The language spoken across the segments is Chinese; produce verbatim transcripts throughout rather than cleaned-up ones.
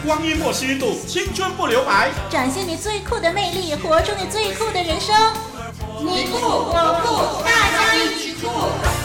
光阴莫虚度，青春不留白， 展现你最酷的魅力，活出你最酷的人生。 你酷我酷，大家一起酷。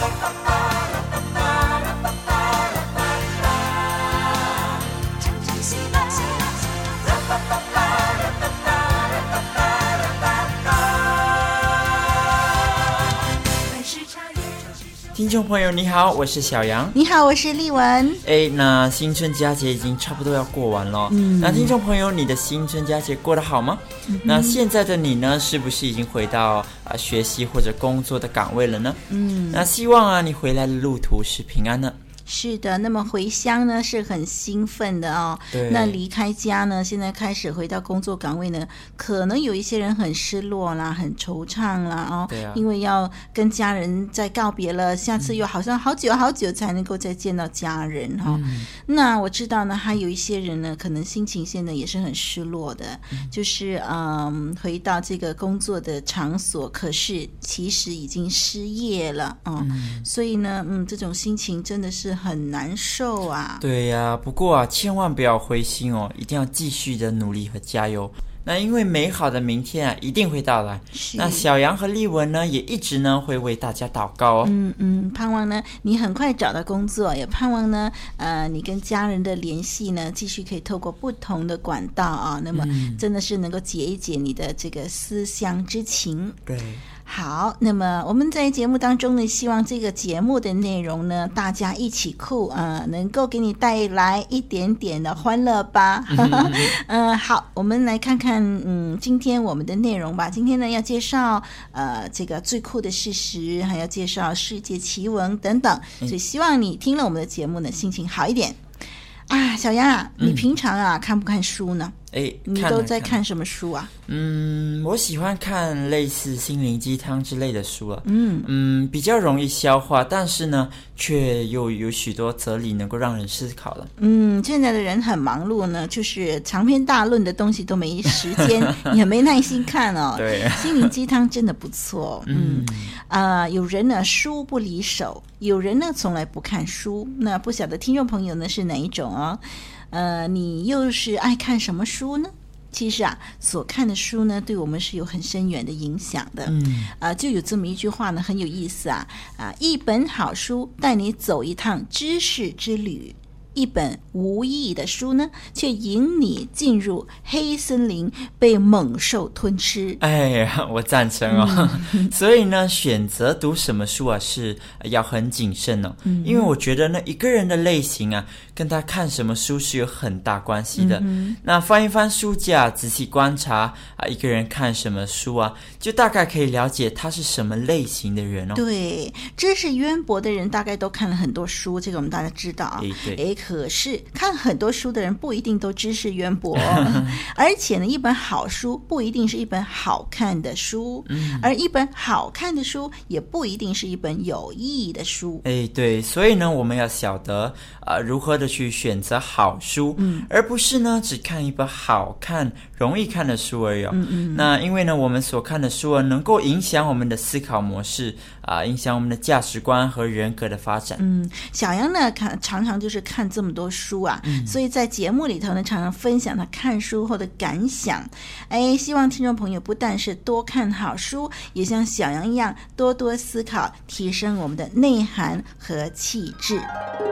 听众朋友你好，我是小杨。 你好，我是丽文。 哎，那新春佳节已经差不多要过完了，嗯，那听众朋友，你的新春佳节过得好吗？嗯、那现在的你呢，是不是已经回到、呃、学习或者工作的岗位了呢？嗯，那希望啊，你回来的路途是平安的。 是的，那么回乡呢是很兴奋的哦。 对。 那离开家呢，现在开始回到工作岗位呢，可能有一些人很失落啦，很惆怅啦哦。 对啊。 因为要跟家人再告别了，下次又好像好久好久才能够再见到家人哈、哦嗯。那我知道呢，还有一些人呢，可能心情现在也是很失落的，嗯、就是嗯，回到这个工作的场所，可是其实已经失业了哦、嗯。所以呢，嗯，这种心情真的是很难受啊。 对呀、啊，不过啊，千万不要灰心哦，一定要继续的努力和加油。那因为美好的明天啊，一定会到来。那小杨和丽文呢，也一直呢会为大家祷告哦。 嗯嗯，盼望呢你很快找到工作，也盼望呢，呃，你跟家人的联系呢，继续可以透过不同的管道啊，那么真的是能够解一解你的这个思乡之情。 对。 好，那么我们在节目当中呢，希望这个节目的内容呢，大家一起酷啊、呃，能够给你带来一点点的欢乐吧。嗯、呃，好，我们来看看，嗯，今天我们的内容吧。今天呢，要介绍呃这个最酷的事实，还要介绍世界奇闻等等，所以希望你听了我们的节目呢，心情好一点。啊，小杨啊，你平常啊、嗯、看不看书呢？ 哎， 你都在看什么书啊？ 嗯，我喜欢看类似心灵鸡汤之类的书啊。嗯嗯，比较容易消化，但是呢，却又有许多哲理能够让人思考了。 嗯，现在的人很忙碌呢，就是长篇大论的东西都没时间，也没耐心看哦。 对， 心灵鸡汤真的不错。嗯啊、呃，有人呢书不离手，有人呢从来不看书。那不晓得听众朋友呢是哪一种哦？呃，你又是爱看什么书呢？其实啊，所看的书呢，对我们是有很深远的影响的。嗯，啊、呃，就有这么一句话呢，很有意思啊啊，一本好书带你走一趟知识之旅。一本无意义的书呢，却引你进入黑森林，被猛兽吞吃。 哎呀，我赞成哦。嗯、所以呢，选择读什么书啊，是要很谨慎哦。嗯、因为我觉得呢，一个人的类型啊，跟他看什么书是有很大关系的。嗯、那翻一翻书架，仔细观察啊，一个人看什么书啊，就大概可以了解他是什么类型的人哦。 对，知识渊博的人大概都看了很多书，这个我们大家知道啊。 哎，对。 可是看很多书的人不一定都知识渊博，而且呢，一本好书不一定是一本好看的书，嗯、而一本好看的书也不一定是一本有意义的书。 哎，对，所以呢，我们要晓得呃如何的去选择好书，嗯、而不是呢只看一本好看、容易看的书而已、哦。嗯嗯那因为呢，我们所看的书啊，能够影响我们的思考模式啊、呃，影响我们的价值观和人格的发展。 嗯，小杨呢，看常常就是看这么多书啊、嗯，所以在节目里头呢，常常分享他看书后的感想。哎，希望听众朋友不但是多看好书，也像小杨一样多多思考，提升我们的内涵和气质。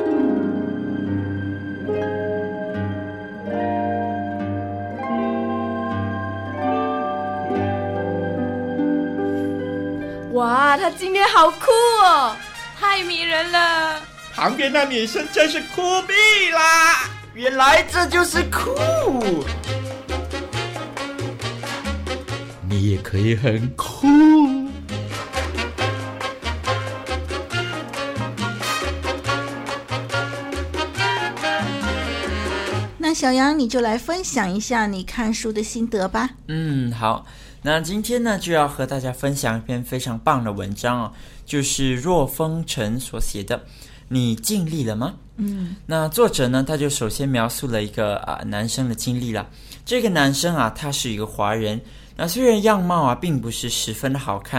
哇，他今天好酷哦，太迷人了。 旁边那女生真是酷毙啦！ 原来这就是酷， 你也可以很酷。 那小杨，你就来分享一下你看书的心得吧。 嗯，好。那今天呢，就要和大家分享一篇非常棒的文章哦，就是若风尘所写的。你尽力了吗？嗯，那作者呢，他就首先描述了一个啊、呃、男生的经历了。这个男生啊，他是一个华人。那虽然样貌啊并不是十分的好看，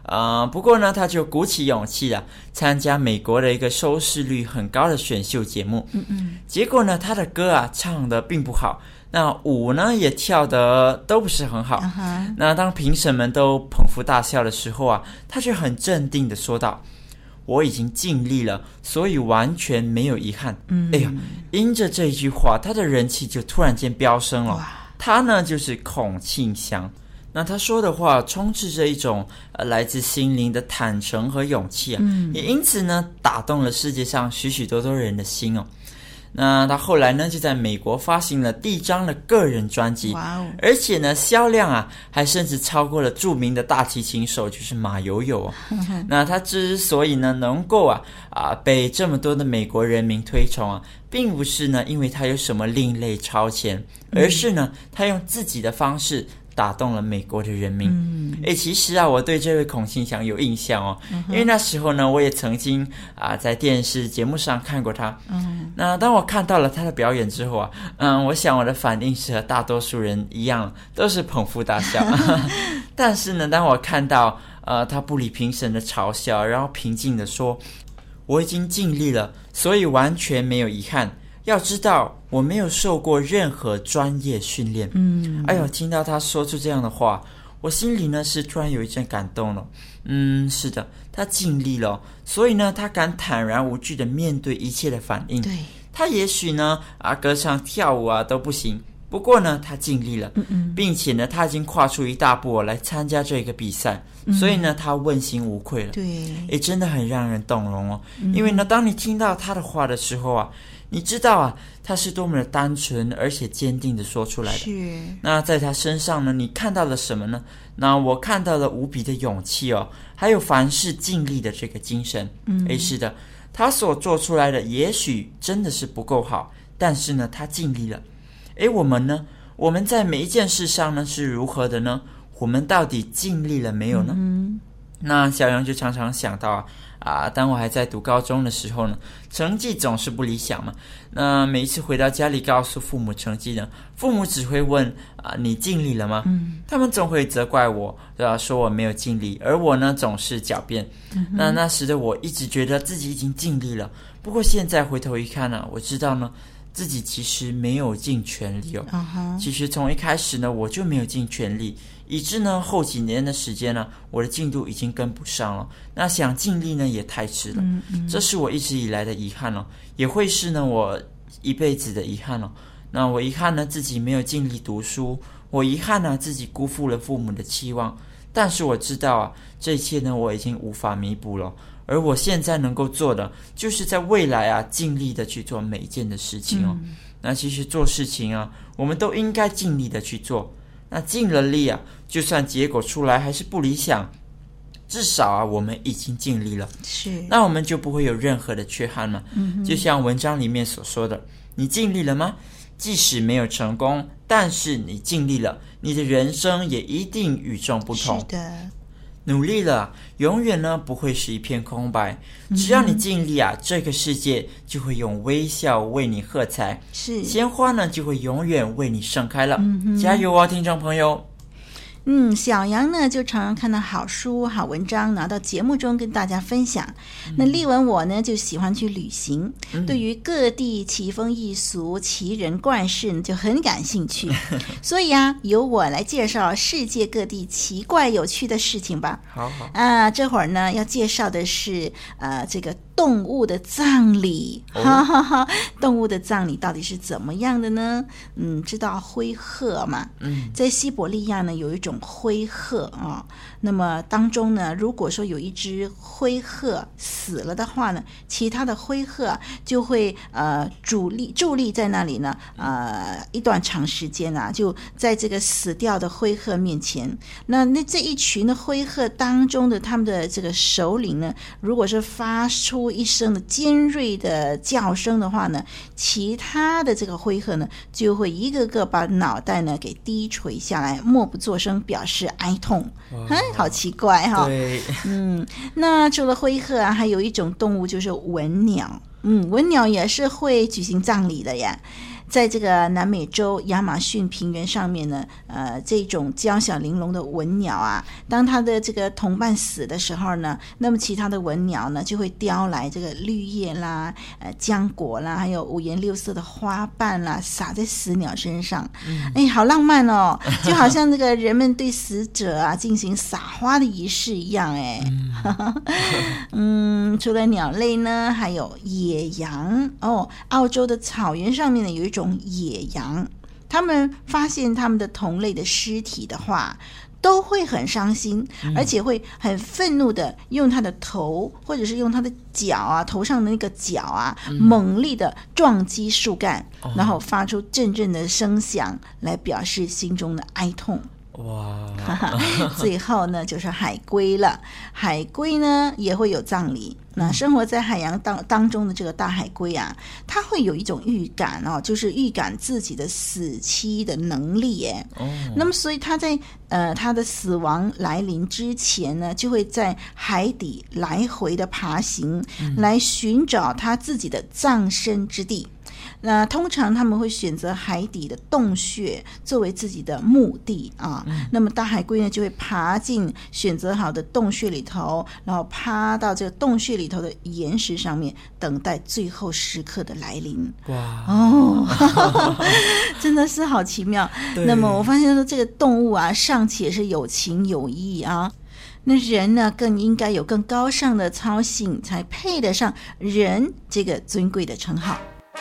呃，不过呢，他就鼓起勇气啊，参加美国的一个收视率很高的选秀节目。嗯嗯，结果呢，他的歌啊唱得并不好，那舞呢也跳得都不是很好。Uh-huh. 那当评审们都捧腹大笑的时候啊，他却很镇定地说道：“我已经尽力了，所以完全没有遗憾。”嗯，哎呀，因着这一句话，他的人气就突然间飙升了。他呢就是孔庆祥。那他说的话充斥着一种、呃、来自心灵的坦诚和勇气啊，嗯、也因此呢打动了世界上许许多多人的心哦。那他后来呢就在美国发行了第一张的个人专辑，哇哦，而且呢销量啊还甚至超过了著名的大提琴手就是马友友哦。那他之所以呢能够啊啊被这么多的美国人民推崇啊，并不是呢因为他有什么另类超前，而是呢他用自己的方式打动了美国的人民。嗯，诶，其实啊，我对这位孔庆祥有印象哦，嗯、因为那时候呢，我也曾经啊在电视节目上看过他。嗯，那当我看到了他的表演之后啊，嗯，我想我的反应是和大多数人一样，都是捧腹大笑。但是呢，当我看到呃他不理评审的嘲笑，然后平静地说：“我已经尽力了，所以完全没有遗憾。要知道我没有受过任何专业训练。”嗯，哎呦，听到他说出这样的话，我心里呢是突然有一阵感动了。嗯，是的，他尽力了，所以呢他敢坦然无惧的面对一切的反应。对，他也许呢啊歌唱跳舞啊都不行，不过呢他尽力了，嗯嗯，并且呢他已经跨出一大步来参加这个比赛，嗯，所以呢他问心无愧了。对，也真的很让人动容哦。嗯，因为呢当你听到他的话的时候啊，你知道啊他是多么的单纯而且坚定的说出来的。是。那在他身上呢你看到了什么呢？那我看到了无比的勇气哦，还有凡事尽力的这个精神。嗯，诶，是的，他所做出来的也许真的是不够好，但是呢他尽力了。诶，我们呢我们在每一件事上呢是如何的呢？我们到底尽力了没有呢？嗯，那小杨就常常想到啊啊，当我还在读高中的时候呢，成绩总是不理想嘛。那每一次回到家里告诉父母成绩呢，父母只会问啊，你尽力了吗？嗯，他们总会责怪我，对吧？说我没有尽力，而我呢总是狡辩。嗯，那那时的我一直觉得自己已经尽力了，不过现在回头一看呢，我知道呢自己其实没有尽全力哦。Uh-huh. 其实从一开始呢我就没有尽全力，以致呢后几年的时间呢我的进度已经跟不上了，那想尽力呢也太迟了。嗯嗯，这是我一直以来的遗憾了，也会是呢我一辈子的遗憾了。那我遗憾呢自己没有尽力读书，我遗憾呢自己辜负了父母的期望，但是我知道啊这一切呢我已经无法弥补了，而我现在能够做的就是在未来啊尽力的去做每一件的事情哦。嗯，那其实做事情啊我们都应该尽力的去做，那尽了力啊就算结果出来还是不理想，至少啊我们已经尽力了，是，那我们就不会有任何的缺憾了。嗯，就像文章里面所说的，你尽力了吗？即使没有成功，但是你尽力了，你的人生也一定与众不同。是的，努力了永远呢不会是一片空白，只要你尽力啊，嗯，这个世界就会用微笑为你喝彩，是，鲜花呢就会永远为你盛开了。嗯，加油啊听众朋友。 嗯，小杨呢就常常看到好书好文章拿到节目中跟大家分享。嗯，那丽文我呢就喜欢去旅行，嗯，对于各地奇风异俗奇人怪事就很感兴趣。所以啊由我来介绍世界各地奇怪有趣的事情吧。好好啊，这会儿呢要介绍的是呃这个动物的葬礼。哈哈哈，动物的葬礼到底是怎么样的呢？嗯，知道灰鹤嘛？嗯，在西伯利亚呢有一种灰鹤啊，那么当中呢，如果说有一只灰鹤死了的话呢，其他的灰鹤就会呃伫立伫立在那里呢，呃一段长时间啊，就在这个死掉的灰鹤面前。那那这一群的灰鹤当中的他们的这个首领呢，如果是发出一声的尖锐的叫声的话呢，其他的这个灰鹤呢就会一个个把脑袋呢给低垂下来，默不作声，表示哀痛。哎，好奇怪哈。对，嗯，那除了灰鹤啊，还有一种动物就是文鸟。嗯，文鸟也是会举行葬礼的呀。 在这个南美洲亚马逊平原上面呢，呃，这种娇小玲珑的文鸟啊，当它的这个同伴死的时候呢，那么其他的文鸟呢就会叼来这个绿叶啦、呃浆果啦，还有五颜六色的花瓣啦，撒在死鸟身上。嗯、哎，好浪漫哦，就好像那个人们对死者啊进行撒花的仪式一样。哎，嗯，除了鸟类呢，还有野羊哦。澳洲的草原上面呢有一种野羊，他们发现他们的同类的尸体的话，都会很伤心，而且会很愤怒的用他的头或者是用他的脚啊，头上的那个角啊，猛力的撞击树干，嗯、然后发出阵阵的声响来表示心中的哀痛。 哇！ 最后呢，就是海龟了。海龟呢也会有葬礼。那生活在海洋当当中的这个大海龟啊，它会有一种预感哦，就是预感自己的死期的能力耶。哦。那么，所以它在呃它的死亡来临之前呢，就会在海底来回的爬行，嗯、来寻找它自己的葬身之地。那通常他们会选择海底的洞穴作为自己的墓地啊。嗯、那么大海龟呢，就会爬进选择好的洞穴里头，然后趴到这个洞穴里头的岩石上面，等待最后时刻的来临。哇哦，真的是好奇妙。那么我发现说，这个动物啊，尚且是有情有义啊。那人呢，更应该有更高尚的操性，才配得上人这个尊贵的称号。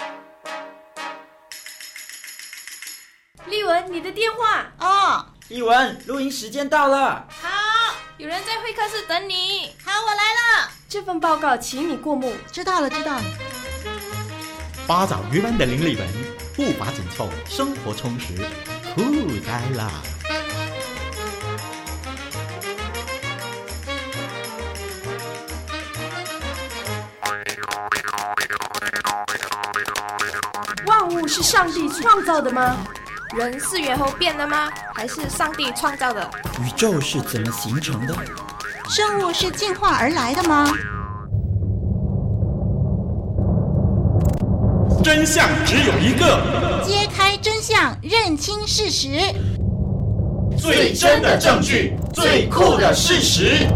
丽文，你的电话哦。丽文，录音时间到了。 好，有人在会客室等你。 好，我来了。 这份报告请你过目。 知道了，知道了。 八爪鱼般的林丽文，步伐紧凑，生活充实，酷呆了。 万物是上帝创造的吗？人是猿猴变的吗？还是上帝创造的？ 宇宙是怎么形成的？ 生物是进化而来的吗？ 真相只有一个， 揭开真相，认清事实。 最真的证据，最酷的事实。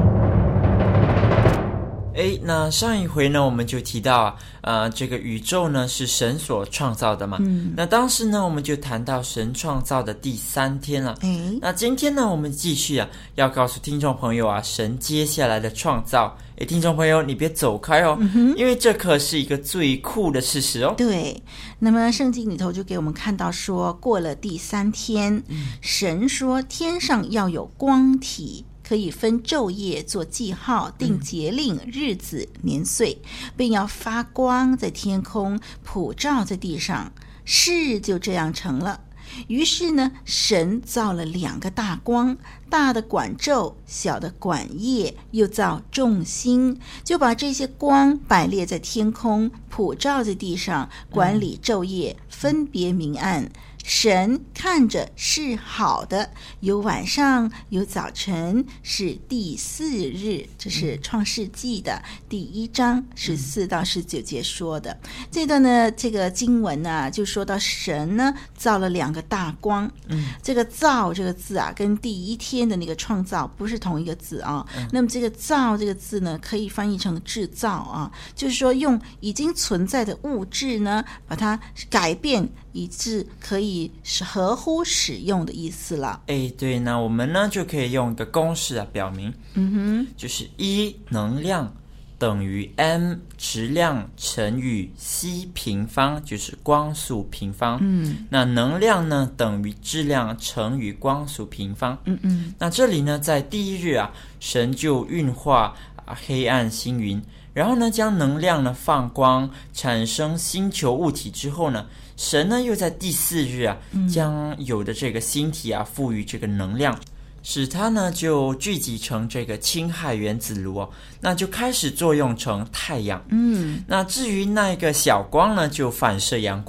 诶，那上一回呢，我们就提到啊，呃，这个宇宙呢是神所创造的嘛。嗯。那当时呢，我们就谈到神创造的第三天了。诶。那今天呢，我们继续啊，要告诉听众朋友啊，神接下来的创造。诶，听众朋友，你别走开哦，嗯、因为这可是一个最酷的事实哦。 对。那么圣经里头就给我们看到说，过了第三天，嗯、神说天上要有光体。可以分昼夜做记号，定节令、日子、年岁，并要发光在天空，普照在地上。事就这样成了。于是呢，神造了两个大光，大的管昼，小的管夜，又造众星，就把这些光摆列在天空，普照在地上，管理昼夜，分别明暗。神看着是好的，有晚上有早晨，是第四日。这是创世纪的第一章十四到十九节说的。这段呢，这个经文呢、啊，就说到神呢造了两个大光。嗯，这个造这个字啊，跟第一天的那个创造不是同一个字啊。嗯、那么这个造这个字呢，可以翻译成制造啊，就是说用已经存在的物质呢，把它改变，以致可以是合乎使用的意思了。 哎，对，那我们呢就可以用一个公式啊表明，嗯哼，就是一能量等于 m 质量乘以 c 平方，就是光速平方。嗯，那能量呢等于质量乘以光速平方。嗯嗯，那这里呢，在第一日啊，神就运化啊黑暗星云，然后呢将能量呢放光，产生星球物体之后呢。神呢，又在第四日啊，将有的这个星体啊赋予这个能量，使它呢就聚集成这个氢氦原子炉哦，那就开始作用成太阳。嗯，那至于那个小光呢，就反射阳光，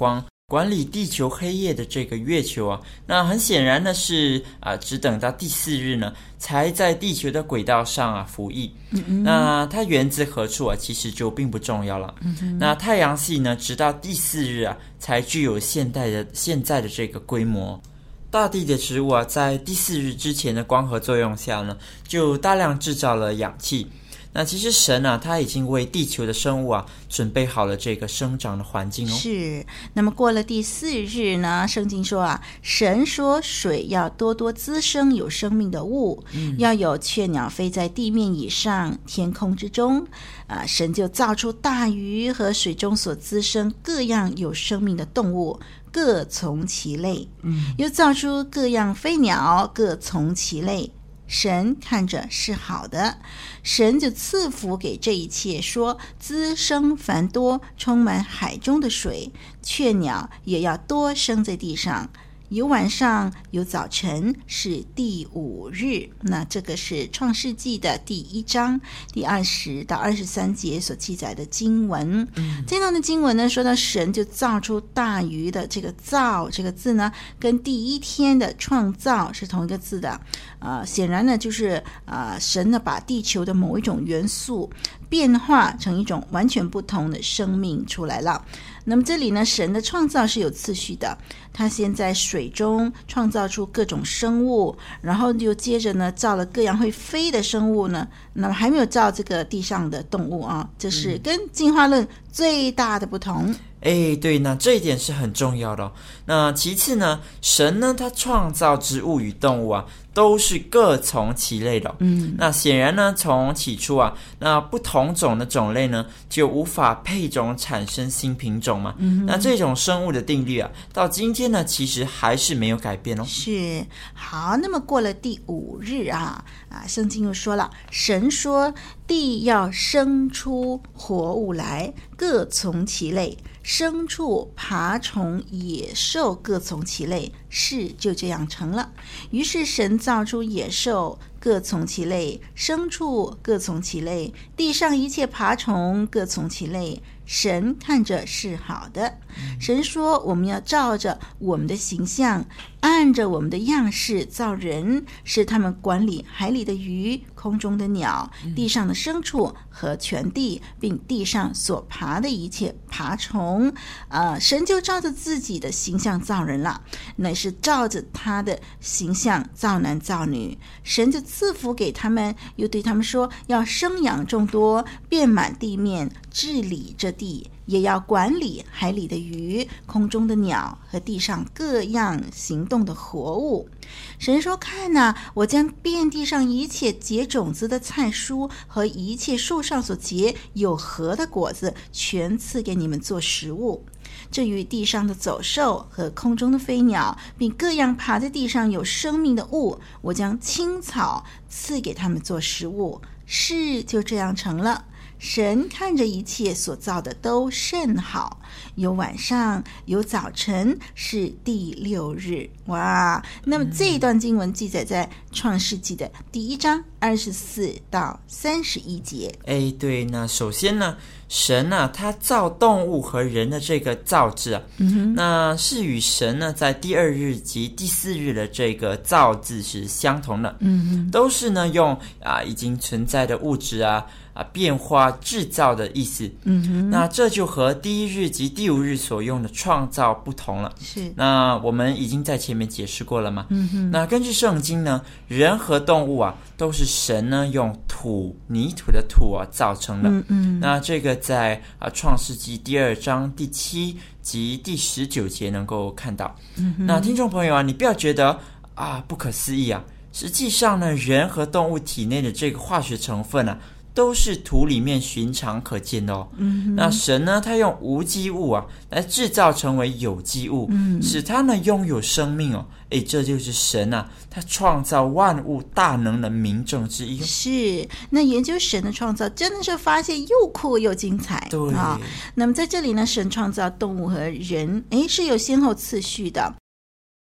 管理地球黑夜的这个月球啊，那很显然呢是啊，只等到第四日呢，才在地球的轨道上啊服役。嗯、那它源自何处啊？其实就并不重要了。嗯、那太阳系呢，直到第四日啊，才具有现代的现在的这个规模。大地的植物啊，在第四日之前的光合作用下呢，就大量制造了氧气。那其实神啊，他已经为地球的生物啊准备好了这个生长的环境哦。 是。那么过了第四日呢，圣经说啊，神说水要多多滋生有生命的物，嗯、要有雀鸟飞在地面以上、天空之中。啊，神就造出大鱼和水中所滋生各样有生命的动物，各从其类。嗯，又造出各样飞鸟，各从其类。神看着是好的，神就赐福给这一切，说滋生繁多，充满海中的水，雀鸟也要多生在地上。有晚上有早晨，是第五日。那这个是创世纪的第一章第二十到二十三节所记载的经文。嗯、这段的经文呢，说到神就造出大鱼的这个造这个字呢，跟第一天的创造是同一个字的。呃，显然呢，就是呃，神呢把地球的某一种元素变化成一种完全不同的生命出来了。那么这里呢，神的创造是有次序的，他先在水中创造出各种生物，然后就接着呢造了各样会飞的生物呢，那么还没有造这个地上的动物啊，这是跟进化论最大的不同。 哎，对，那这一点是很重要的哦。那其次呢，神呢，他创造植物与动物啊，都是各从其类的哦。嗯，那显然呢，从起初啊，那不同种的种类呢，就无法配种产生新品种嘛。嗯，那这种生物的定律啊，到今天呢，其实还是没有改变哦。 是。好，那么过了第五日啊，啊，圣经又说了，神说地要生出活物来，各从其类。牲畜、爬虫、野兽各从其类，事就这样成了。于是神造出野兽，各从其类；牲畜各从其类；地上一切爬虫各从其类。神看着是好的。神说，我们要照着我们的形象，按着我们的样式造人，使他们管理海里的鱼、空中的鸟、地上的牲畜和全地，并地上所爬的一切爬虫。呃，神就照着自己的形象造人了，乃是照着他的形象造男造女。神就赐福给他们，又对他们说，要生养众多，遍满地面，治理这地，也要管理海里的鱼、空中的鸟和地上各样行动的活物。神说，看哪、啊，我将遍地上一切结种子的菜蔬和一切树上所结有核的果子，全赐给你们做食物。至于地上的走兽和空中的飞鸟，并各样爬在地上有生命的物，我将青草赐给他们做食物。事就这样成了。神看着一切所造的都甚好，有晚上有早晨，是第六日。哇，那么这一段经文记载在创世纪的第一章二十四到三十一节。 哎，对，那首先呢，神啊，他造动物和人的这个造字啊，嗯、那是与神呢在第二日及第四日的这个造字是相同的，嗯、都是呢用啊已经存在的物质啊啊变化制造的意思。嗯哼，那这就和第一日及第五日所用的创造不同了。 是， 那我们已经在前面解释过了嘛。嗯哼，那根据圣经呢，人和动物啊都是神呢用土泥土的土啊造成的。嗯嗯，那这个在啊创世纪第二章第七及第十九节能够看到。嗯哼，那听众朋友啊，你不要觉得啊不可思议啊，实际上呢，人和动物体内的这个化学成分啊，都是土里面寻常可见的哦。嗯，那神呢，他用无机物啊来制造成为有机物，嗯，使它呢拥有生命哦。诶，这就是神啊，他创造万物大能的明证之一。 是，那研究神的创造真的是发现又酷又精彩。 对啊， 那么在这里呢，神创造动物和人，诶，是有先后次序的。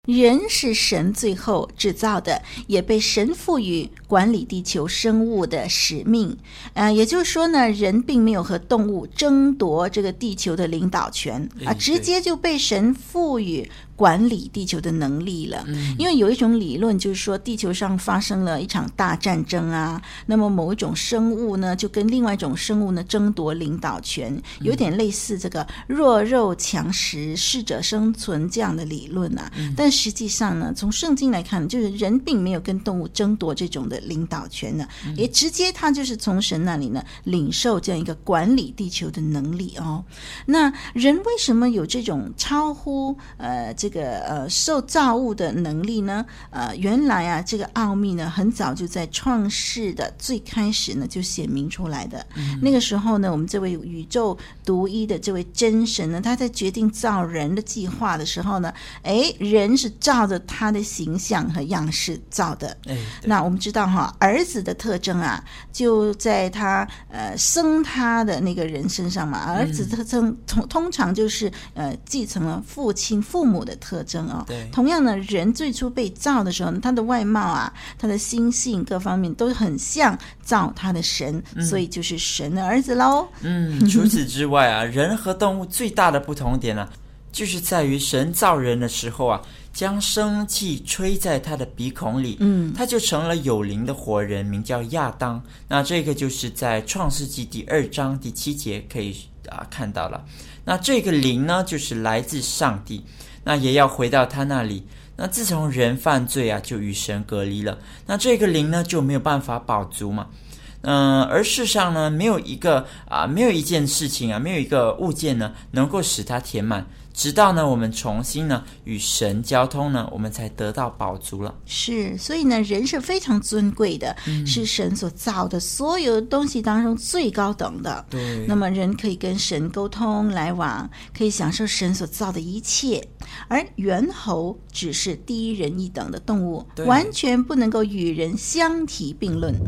人是神最后制造的，也被神赋予管理地球生物的使命。呃，也就是说呢，人并没有和动物争夺这个地球的领导权啊，直接就被神赋予管理地球的能力了。嗯、因为有一种理论就是说，地球上发生了一场大战争啊，那么某一种生物呢，就跟另外一种生物呢争夺领导权，有点类似这个弱肉强食、适者生存这样的理论啊。嗯、但实际上呢，从圣经来看，就是人并没有跟动物争夺这种的领导权呢，嗯、也直接他就是从神那里呢领受这样一个管理地球的能力哦。那人为什么有这种超乎呃这个呃受造物的能力呢？呃，原来啊，这个奥秘呢，很早就在创世的最开始呢就显明出来的。嗯、那个时候呢，我们这位宇宙独一的这位真神呢，他在决定造人的计划的时候呢，哎，人是照着他的形象和样式造的。哎，那我们知道哈，儿子的特征啊，就在他呃生他的那个人身上嘛。儿子特征通通常就是呃继承了父亲父母的特征哦。对。同样呢，人最初被造的时候，他的外貌啊，他的心性各方面都很像造他的神，嗯、所以就是神的儿子喽。 嗯，除此之外啊，人和动物最大的不同点啊，就是在于神造人的时候啊，将生气吹在他的鼻孔里，嗯，他就成了有灵的活人，名叫亚当。那这个就是在创世纪第二章第七节可以啊看到了。那这个灵呢，就是来自上帝，那也要回到他那里。那自从人犯罪啊，就与神隔离了。那这个灵呢，就没有办法饱足嘛。嗯、呃，而世上呢，没有一个啊，没有一件事情啊，没有一个物件呢，能够使它填满。直到呢，我们重新呢与神交通呢，我们才得到饱足了。 是，所以呢，人是非常尊贵的，嗯、是神所造的所有东西当中最高等的。对，那么人可以跟神沟通来往，可以享受神所造的一切。而猿猴只是低人一等的动物，完全不能够与人相提并论。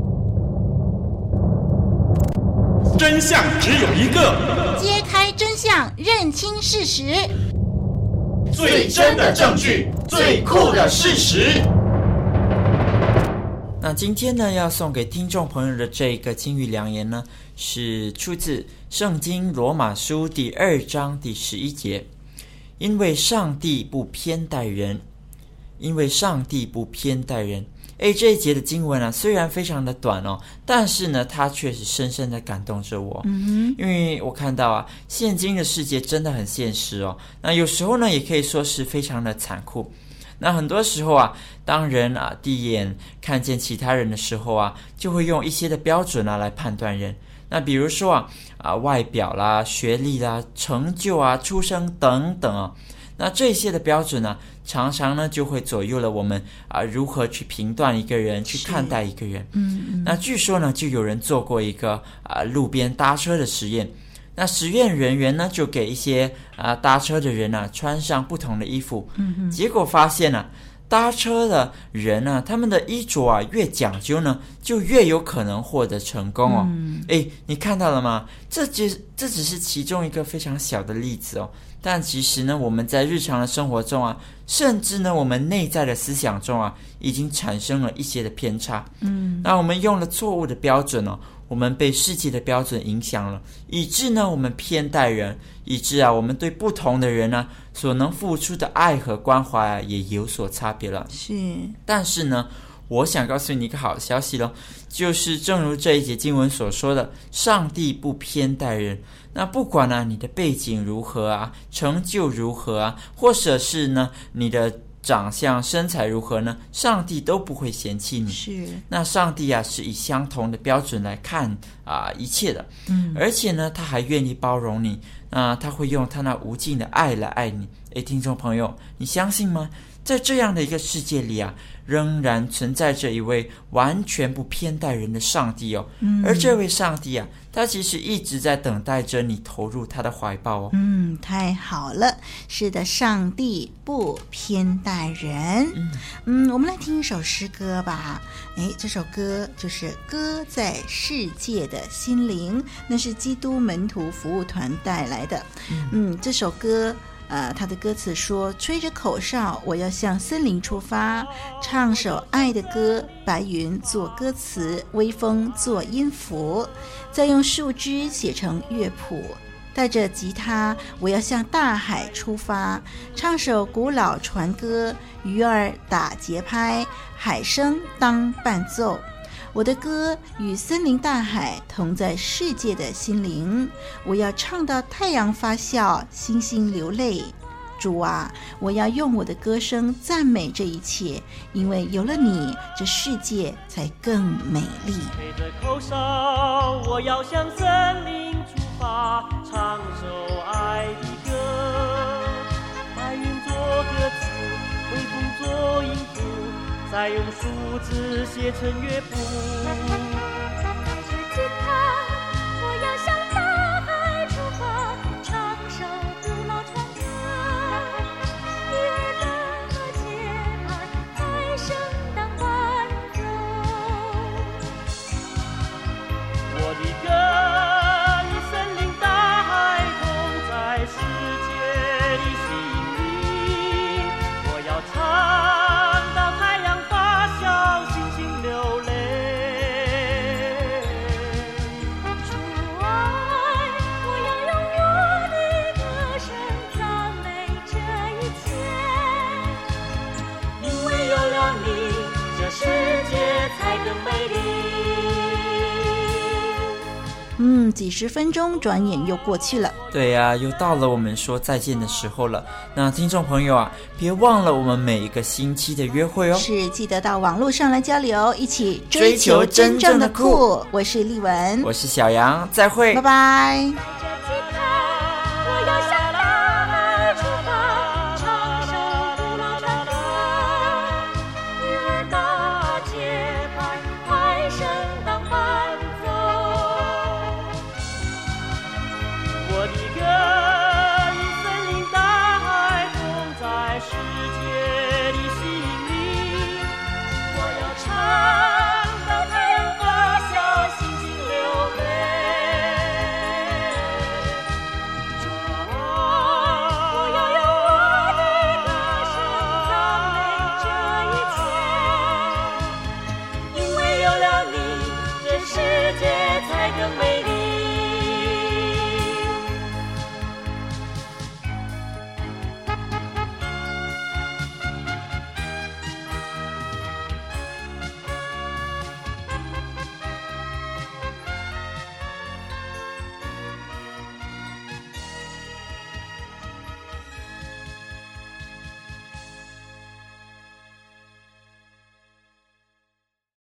真相只有一个， 揭开真相，认清事实， 最真的证据，最酷的事实。 那今天呢，要送给听众朋友的这个金玉良言呢，是出自圣经罗马书第二章第十一节。因为上帝不偏待人，因为上帝不偏待人。诶，这一节的经文啊，虽然非常的短哦，但是呢，它确实深深的感动着我。嗯哼，因为我看到啊，现今的世界真的很现实哦。那有时候呢，也可以说是非常的残酷。那很多时候啊，当人啊第一眼看见其他人的时候啊，就会用一些的标准啊来判断人。那比如说啊啊外表啦、学历啦、成就啊、出生等等啊。那这些的标准呢，常常呢就会左右了我们啊如何去评断一个人，去看待一个人。嗯嗯。那据说呢，就有人做过一个啊路边搭车的实验。那实验人员呢，就给一些啊搭车的人啊穿上不同的衣服。嗯嗯。结果发现啊，搭车的人呢、啊，他们的衣着啊越讲究呢，就越有可能获得成功哦。嗯。诶，你看到了吗？这只这只是其中一个非常小的例子哦。但其实呢，我们在日常的生活中啊，甚至呢，我们内在的思想中啊，已经产生了一些的偏差。嗯，那我们用了错误的标准哦，我们被世界的标准影响了，以致呢，我们偏待人，以致啊，我们对不同的人呢，所能付出的爱和关怀啊，也有所差别了。 是， 但是呢，我想告诉你一个好消息咯，就是正如这一节经文所说的，上帝不偏待人。那不管呢、啊、你的背景如何啊，成就如何啊，或者是呢你的长相身材如何呢，上帝都不会嫌弃你。是，那上帝啊是以相同的标准来看啊一切的。嗯，而且呢他还愿意包容你，那他会用他那无尽的爱来爱你。诶，听众朋友，你相信吗？在这样的一个世界里啊，仍然存在着一位完全不偏待人的上帝哦。嗯，而这位上帝啊，他其实一直在等待着你投入他的怀抱哦。 嗯，太好了，是的，上帝不偏待人。嗯, 嗯我们来听一首诗歌吧。诶，这首歌就是《歌在世界的心灵》，那是基督门徒服务团带来的。嗯, 嗯这首歌呃，他的歌词说：吹着口哨，我要向森林出发，唱首爱的歌，白云做歌词，微风做音符，再用树枝写成乐谱。带着吉他，我要向大海出发，唱首古老船歌，鱼儿打节拍，海声当伴奏。我的歌与森林大海同在世界的心灵，我要唱到太阳发笑，星星流泪。主啊，我要用我的歌声赞美这一切，因为有了你，这世界才更美丽。 吹着口哨，我要向森林出发，唱首爱的歌，白云做歌词，微风做音符，再用树枝写成乐谱。 带着吉他，我要向大海出发，唱首古老船歌，鱼儿的节拍，海声当伴奏。 我的歌与森林大海同在世界的心灵，我要唱到太阳发笑，星星流泪。 主爱，我要用我的歌声赞美这一切， 因为有了你，这世界才更美丽。 嗯，几十分钟转眼又过去了。 对呀、啊，又到了我们说再见的时候了。那听众朋友啊，别忘了我们每一个星期的约会哦。 是，记得到网络上来交流，一起追求真正的酷。 我是丽文， 我是小杨，再会， 拜拜。